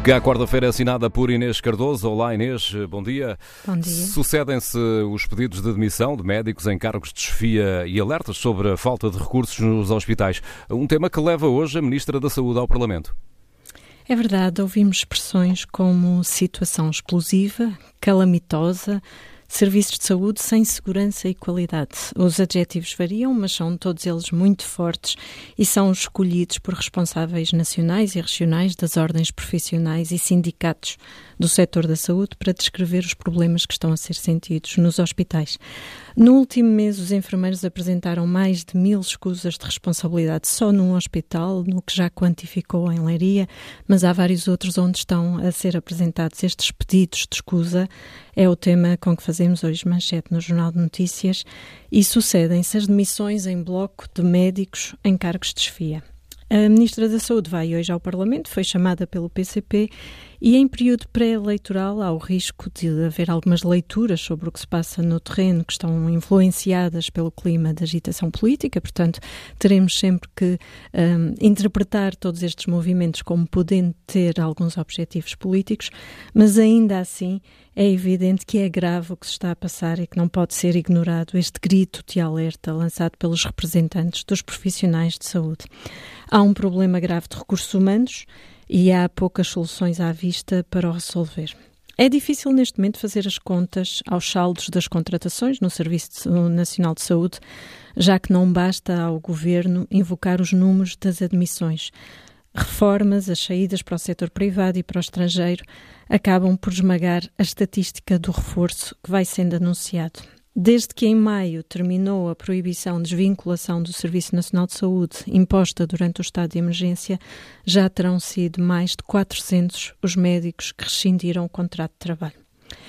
Chega a quarta-feira assinada por Inês Cardoso. Olá Inês, bom dia. Bom dia. Sucedem-se os pedidos de demissão de médicos em cargos de chefia e alertas sobre a falta de recursos nos hospitais. Um tema que leva hoje a Ministra da Saúde ao Parlamento. É verdade, ouvimos expressões como situação explosiva, calamitosa, serviços de saúde sem segurança e qualidade. Os adjetivos variam, mas são todos eles muito fortes e são escolhidos por responsáveis nacionais e regionais das ordens profissionais e sindicatos do setor da saúde para descrever os problemas que estão a ser sentidos nos hospitais. No último mês, os enfermeiros apresentaram mais de 1000 escusas de responsabilidade só num hospital, no que já quantificou em Leiria, mas há vários outros onde estão a ser apresentados estes pedidos de escusa. É o tema com que fazemos hoje manchete no Jornal de Notícias e sucedem-se as demissões em bloco de médicos em cargos de chefia. A Ministra da Saúde vai hoje ao Parlamento, foi chamada pelo PCP e em período pré-eleitoral há o risco de haver algumas leituras sobre o que se passa no terreno que estão influenciadas pelo clima de agitação política, portanto teremos sempre que interpretar todos estes movimentos como podendo ter alguns objetivos políticos, mas ainda assim é evidente que é grave o que se está a passar e que não pode ser ignorado este grito de alerta lançado pelos representantes dos profissionais de saúde. Há um problema grave de recursos humanos e há poucas soluções à vista para o resolver. É difícil neste momento fazer as contas aos saldos das contratações no Serviço Nacional de Saúde, já que não basta ao Governo invocar os números das admissões. Reformas, as saídas para o setor privado e para o estrangeiro acabam por esmagar a estatística do reforço que vai sendo anunciado. Desde que em maio terminou a proibição de desvinculação do Serviço Nacional de Saúde imposta durante o estado de emergência, já terão sido mais de 400 os médicos que rescindiram o contrato de trabalho.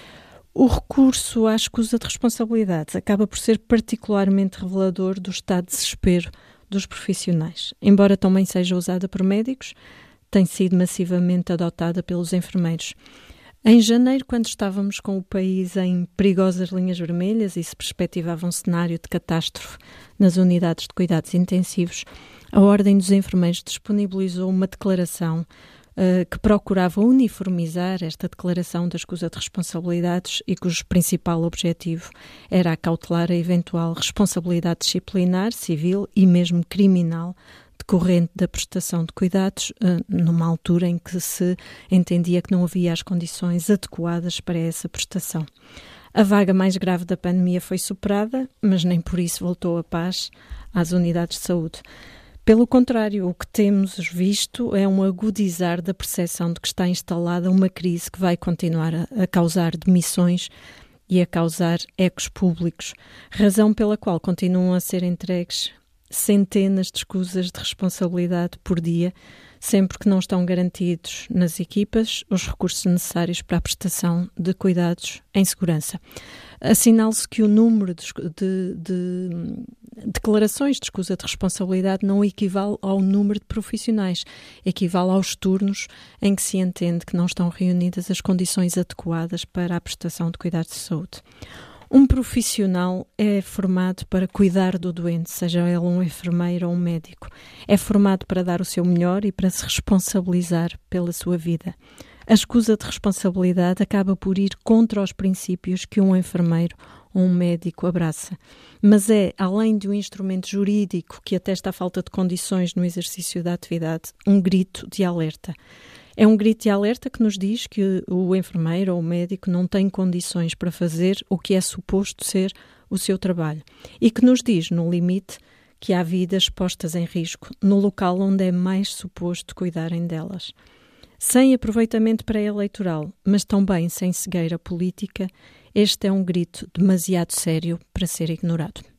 O recurso à escusa de responsabilidades acaba por ser particularmente revelador do estado de desespero dos profissionais. Embora também seja usada por médicos, tem sido massivamente adotada pelos enfermeiros. Em janeiro, quando estávamos com o país em perigosas linhas vermelhas e se perspectivava um cenário de catástrofe nas unidades de cuidados intensivos, a Ordem dos Enfermeiros disponibilizou uma declaração que procurava uniformizar esta declaração da escusa de responsabilidades e cujo principal objetivo era acautelar a eventual responsabilidade disciplinar, civil e mesmo criminal decorrente da prestação de cuidados numa altura em que se entendia que não havia as condições adequadas para essa prestação. A vaga mais grave da pandemia foi superada, mas nem por isso voltou a paz às unidades de saúde. Pelo contrário, o que temos visto é um agudizar da percepção de que está instalada uma crise que vai continuar a causar demissões e a causar ecos públicos, razão pela qual continuam a ser entregues centenas de escusas de responsabilidade por dia, sempre que não estão garantidos nas equipas os recursos necessários para a prestação de cuidados em segurança. Assinala-se que o número de declarações de escusa de responsabilidade não equivale ao número de profissionais, equivale aos turnos em que se entende que não estão reunidas as condições adequadas para a prestação de cuidados de saúde. Um profissional é formado para cuidar do doente, seja ele um enfermeiro ou um médico. É formado para dar o seu melhor e para se responsabilizar pela sua vida. A escusa de responsabilidade acaba por ir contra os princípios que um enfermeiro ou um médico abraça. Mas é, além de um instrumento jurídico que atesta a falta de condições no exercício da atividade, um grito de alerta. É um grito de alerta que nos diz que o enfermeiro ou o médico não tem condições para fazer o que é suposto ser o seu trabalho e que nos diz, no limite, que há vidas postas em risco no local onde é mais suposto cuidarem delas. Sem aproveitamento pré-eleitoral, mas também sem cegueira política, este é um grito demasiado sério para ser ignorado.